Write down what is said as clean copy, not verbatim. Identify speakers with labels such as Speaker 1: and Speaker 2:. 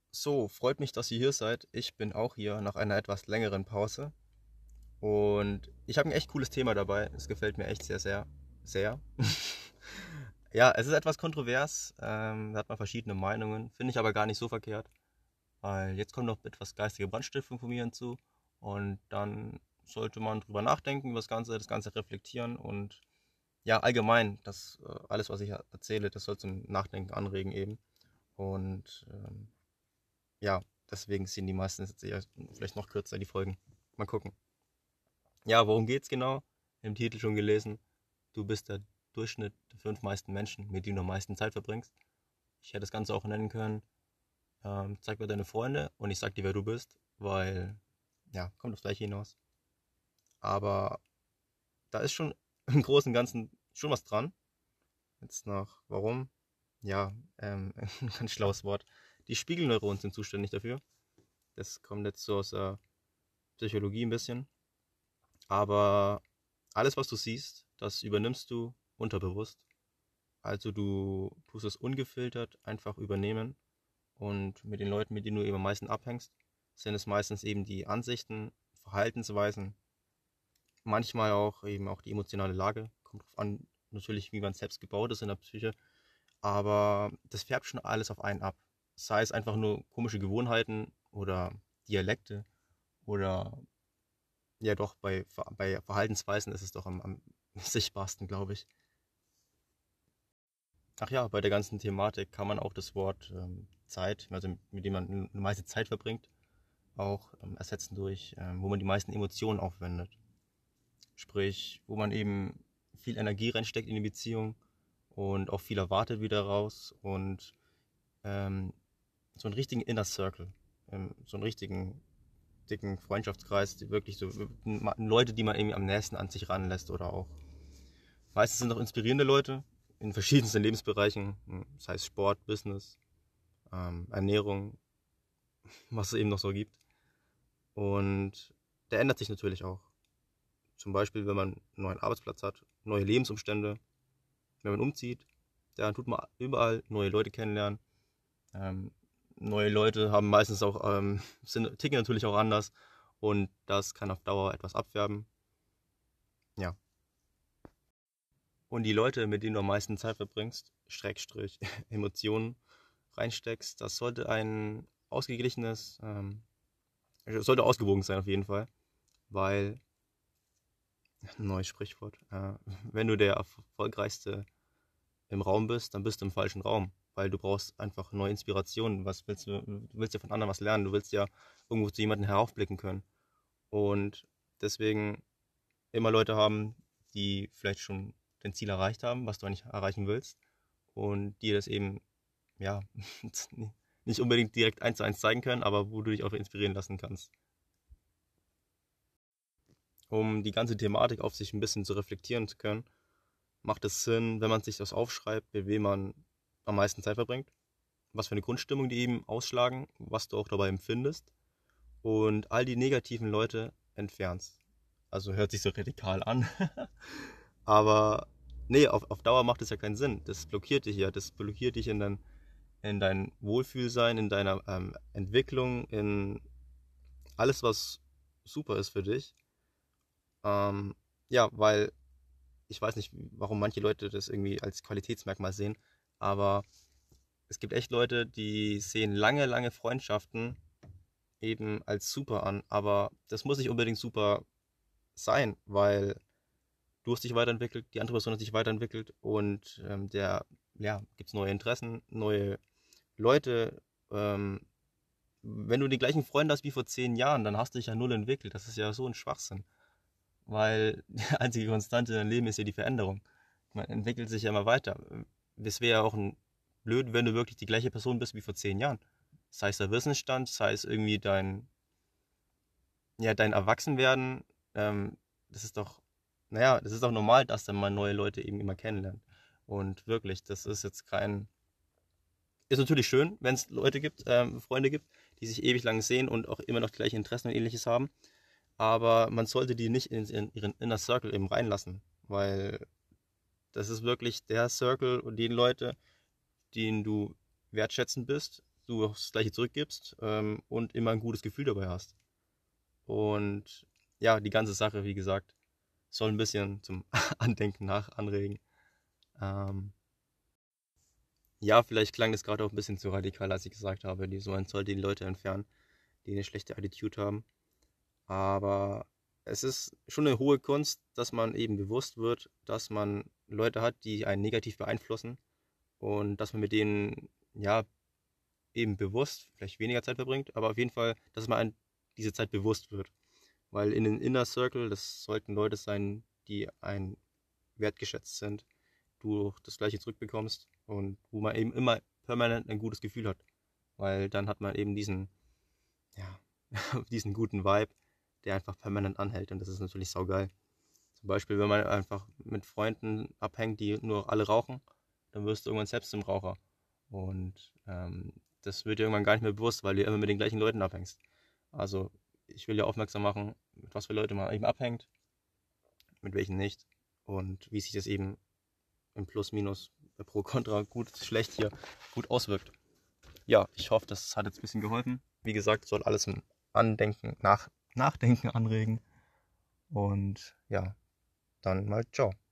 Speaker 1: So, freut mich, dass ihr hier seid. Ich bin auch hier nach einer etwas längeren Pause. Und ich habe ein echt cooles Thema dabei. Es gefällt mir echt sehr, sehr, sehr. Ja, es ist etwas kontrovers. Da hat man verschiedene Meinungen. Finde ich aber gar nicht so verkehrt. Weil jetzt kommt noch etwas geistige Brandstiftung von mir hinzu. Und dann sollte man drüber nachdenken, über das Ganze reflektieren. Und ja, allgemein, alles, was ich erzähle, das soll zum Nachdenken anregen eben. Und ja, deswegen sind die meisten jetzt eher vielleicht noch kürzer, die Folgen. Mal gucken. Ja, worum geht's genau? Im Titel schon gelesen. Du bist der Durchschnitt der 5 meisten Menschen, mit denen du am meisten Zeit verbringst. Ich hätte das Ganze auch nennen können. Zeig mir deine Freunde und ich sag dir, wer du bist, weil, ja, kommt aufs Gleiche hinaus. Aber da ist schon im Großen und Ganzen schon was dran. Jetzt noch, warum? Ja, ein ganz schlaues Wort. Die Spiegelneuronen sind zuständig dafür. Das kommt jetzt so aus der Psychologie ein bisschen. Aber alles, was du siehst, das übernimmst du unterbewusst. Also du tust es ungefiltert einfach übernehmen. Und mit den Leuten, mit denen du eben am meisten abhängst, sind es meistens eben die Ansichten, Verhaltensweisen, manchmal auch eben auch die emotionale Lage. Kommt drauf an, natürlich, wie man selbst gebaut ist in der Psyche. Aber das färbt schon alles auf einen ab. Sei es einfach nur komische Gewohnheiten oder Dialekte oder ja doch, bei Verhaltensweisen ist es doch am sichtbarsten, glaube ich. Ach ja, bei der ganzen Thematik kann man auch das Wort Zeit, also mit dem man eine meiste Zeit verbringt, auch ersetzen durch, wo man die meisten Emotionen aufwendet. Sprich, wo man eben viel Energie reinsteckt in die Beziehung und auch viel erwartet wieder raus und ähm, so einen richtigen Inner Circle, so einen richtigen dicken Freundschaftskreis, die wirklich so Leute, die man irgendwie am nächsten an sich ranlässt oder auch. Meistens sind auch inspirierende Leute in verschiedensten Lebensbereichen, sei es Sport, Business, Ernährung, was es eben noch so gibt. Und der ändert sich natürlich auch. Zum Beispiel, wenn man einen neuen Arbeitsplatz hat, neue Lebensumstände, wenn man umzieht, dann tut man überall neue Leute kennenlernen. Ähm, Neue Leute haben meistens auch, ticken natürlich auch anders und das kann auf Dauer etwas abfärben. Ja. Und die Leute, mit denen du am meisten Zeit verbringst, Schrägstrich Emotionen reinsteckst, das sollte ein ausgeglichenes, sollte ausgewogen sein auf jeden Fall, weil, ein neues Sprichwort, wenn du der erfolgreichste im Raum bist, dann bist du im falschen Raum, weil du brauchst einfach neue Inspirationen. Was willst du? Du willst ja von anderen was lernen, du willst ja irgendwo zu jemandem heraufblicken können. Und deswegen immer Leute haben, die vielleicht schon dein Ziel erreicht haben, was du eigentlich erreichen willst und dir das eben, ja, nicht unbedingt direkt eins zu eins zeigen können, aber wo du dich auch inspirieren lassen kannst. Um die ganze Thematik auf sich ein bisschen zu reflektieren zu können, macht es Sinn, wenn man sich das aufschreibt, mit wem man am meisten Zeit verbringt, was für eine Grundstimmung die eben ausschlagen, was du auch dabei empfindest und all die negativen Leute entfernst. Also hört sich so radikal an, aber nee, auf Dauer macht es ja keinen Sinn. Das blockiert dich ja, das blockiert dich in dein Wohlfühlsein, in deiner Entwicklung, in alles, was super ist für dich. Ja, weil ich weiß nicht, warum manche Leute das irgendwie als Qualitätsmerkmal sehen, aber es gibt echt Leute, die sehen lange, lange Freundschaften eben als super an, aber das muss nicht unbedingt super sein, weil du hast dich weiterentwickelt, die andere Person hat sich weiterentwickelt und ja, gibt es neue Interessen, neue Leute. Ähm, Wenn du die gleichen Freunde hast wie vor 10 Jahren, dann hast du dich ja null entwickelt. Das ist ja so ein Schwachsinn, weil die einzige Konstante in deinem Leben ist ja die Veränderung. Man entwickelt sich ja immer weiter. Es wäre ja auch blöd, wenn du wirklich die gleiche Person bist wie vor 10 Jahren. Sei es der Wissensstand, sei es irgendwie dein Erwachsenwerden. Ähm, Das ist doch, naja, das ist doch normal, dass dann mal neue Leute eben immer kennenlernt. Und wirklich, das ist jetzt ist natürlich schön, wenn es Leute gibt, Freunde gibt, die sich ewig lang sehen und auch immer noch die gleichen Interessen und ähnliches haben. Aber man sollte die nicht in ihren Inner Circle eben reinlassen, weil das ist wirklich der Circle und die Leute, denen du wertschätzend bist, du auch das Gleiche zurückgibst und immer ein gutes Gefühl dabei hast. Und ja, die ganze Sache, wie gesagt, soll ein bisschen zum Andenken anregen. Ähm, ja, vielleicht klang das gerade auch ein bisschen zu radikal, als ich gesagt habe, man sollte die Leute entfernen, die eine schlechte Attitude haben. Aber es ist schon eine hohe Kunst, dass man eben bewusst wird, dass man Leute hat, die einen negativ beeinflussen und dass man mit denen, ja, eben bewusst vielleicht weniger Zeit verbringt, aber auf jeden Fall, dass man diese Zeit bewusst wird. Weil in den Inner Circle, das sollten Leute sein, die einen wertgeschätzt sind, du das Gleiche zurückbekommst und wo man eben immer permanent ein gutes Gefühl hat. Weil dann hat man eben ja, diesen guten Vibe, der einfach permanent anhält und das ist natürlich saugeil. Zum Beispiel, wenn man einfach mit Freunden abhängt, die nur alle rauchen, dann wirst du irgendwann selbst zum Raucher. Und das wird dir irgendwann gar nicht mehr bewusst, weil du immer mit den gleichen Leuten abhängst. Also ich will dir aufmerksam machen, mit was für Leute man eben abhängt, mit welchen nicht und wie sich das eben im Plus, Minus, Pro, Contra, gut, schlecht hier gut auswirkt. Ja, ich hoffe, das hat jetzt ein bisschen geholfen. Wie gesagt, soll alles im Andenken, Nachdenken anregen. Und ja, dann mal ciao.